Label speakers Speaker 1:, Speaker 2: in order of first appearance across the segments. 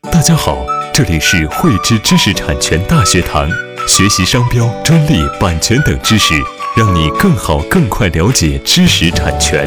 Speaker 1: 大家好，这里是汇知知识产权大学堂，学习商标、专利、版权等知识，让你更好、更快了解知识产权。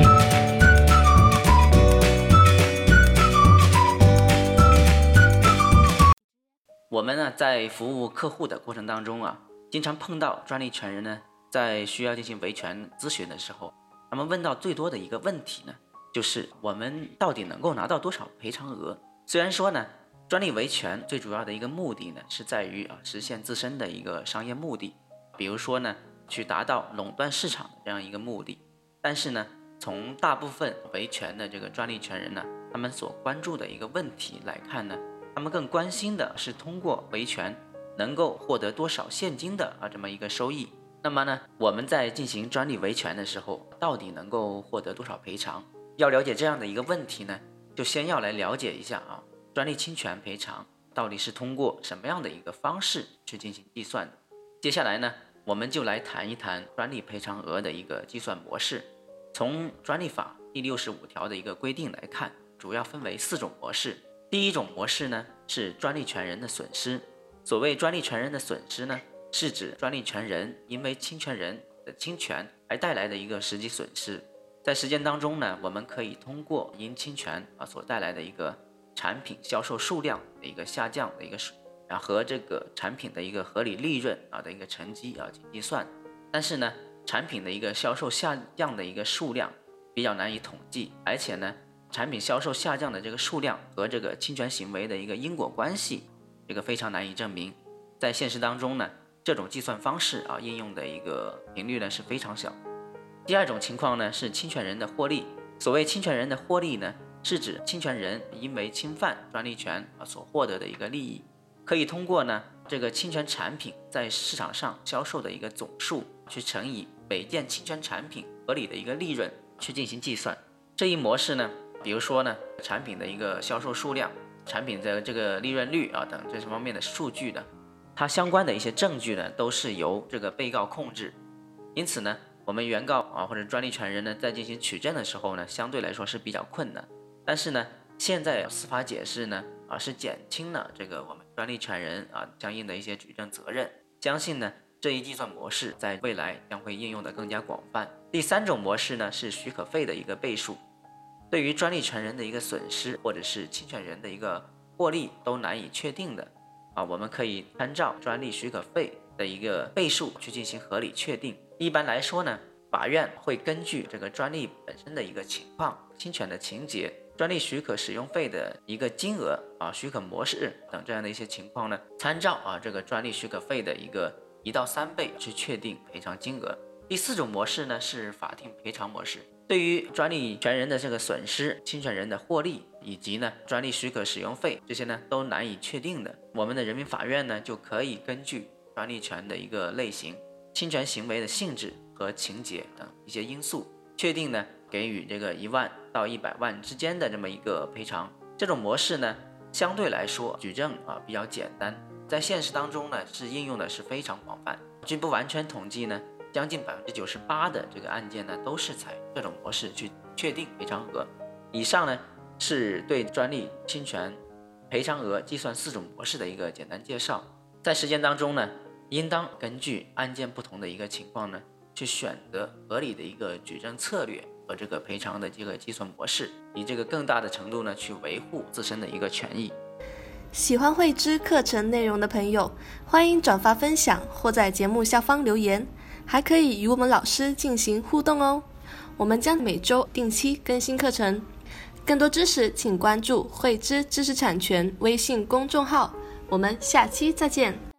Speaker 2: 我们呢，在服务客户的过程当中经常碰到专利权人呢，在需要进行维权咨询的时候，他们问到最多的一个问题呢，就是我们到底能够拿到多少赔偿额？虽然说呢，专利维权最主要的一个目的呢，是在于实现自身的一个商业目的，比如说呢，去达到垄断市场的这样一个目的。但是呢，从大部分维权的这个专利权人呢，他们所关注的一个问题来看呢，他们更关心的是通过维权能够获得多少现金的这么一个收益。那么呢，我们在进行专利维权的时候，到底能够获得多少赔偿？要了解这样的一个问题呢，就先要来了解一下专利侵权赔偿到底是通过什么样的一个方式去进行计算的。接下来呢，我们就来谈一谈专利赔偿额的一个计算模式。从专利法第65条的一个规定来看，主要分为4种模式。第一种模式呢，是专利权人的损失。所谓专利权人的损失呢，是指专利权人因为侵权人的侵权而带来的一个实际损失。在实践当中呢，我们可以通过因侵权所带来的一个产品销售数量的一个下降的一个和这个产品的一个合理利润的一个成绩进行计算。但是呢，产品的一个销售下降的一个数量比较难以统计，而且呢，产品销售下降的这个数量和这个侵权行为的一个因果关系，这个非常难以证明。在现实当中呢，这种计算方式应用的一个频率呢是非常小。第二种情况呢，是侵权人的获利。所谓侵权人的获利呢，是指侵权人因为侵犯专利权所获得的一个利益，可以通过呢这个侵权产品在市场上销售的一个总数去乘以每件侵权产品合理的一个利润去进行计算。这一模式呢，比如说呢，产品的一个销售数量、产品的这个利润率等这方面的数据呢，它相关的一些证据呢，都是由这个被告控制。因此呢，我们原告或者专利权人呢，在进行取证的时候呢，相对来说是比较困难。但是呢，现在司法解释呢是减轻了这个我们专利权人相应的一些举证责任。相信呢，这一计算模式在未来将会应用的更加广泛。第3种模式呢，是许可费的一个倍数。对于专利权人的一个损失或者是侵权人的一个获利都难以确定的我们可以参照专利许可费的一个倍数去进行合理确定。一般来说呢，法院会根据这个专利本身的一个情况、侵权的情节、专利许可使用费的一个金额许可模式等这样的一些情况呢，参照这个专利许可费的一个1到3倍去确定赔偿金额。第4种模式呢，是法定赔偿模式。对于专利权人的这个损失、侵权人的获利以及呢专利许可使用费，这些呢都难以确定的，我们的人民法院呢就可以根据专利权的一个类型、侵权行为的性质和情节等一些因素，确定呢给予这个1万到100万之间的这么一个赔偿。这种模式呢，相对来说举证比较简单，在现实当中呢是应用的是非常广泛。据不完全统计呢，将近98%的这个案件呢，都是采这种模式去确定赔偿额。以上呢是对专利侵权赔偿额计算4种模式的一个简单介绍。在实践当中呢，应当根据案件不同的一个情况呢，去选择合理的一个举证策略和这个赔偿的这个计算模式，以这个更大的程度呢去维护自身的一个权益。
Speaker 3: 喜欢汇知课程内容的朋友，欢迎转发分享或在节目下方留言，还可以与我们老师进行互动哦。我们将每周定期更新课程，更多知识请关注汇知知识产权微信公众号。我们下期再见。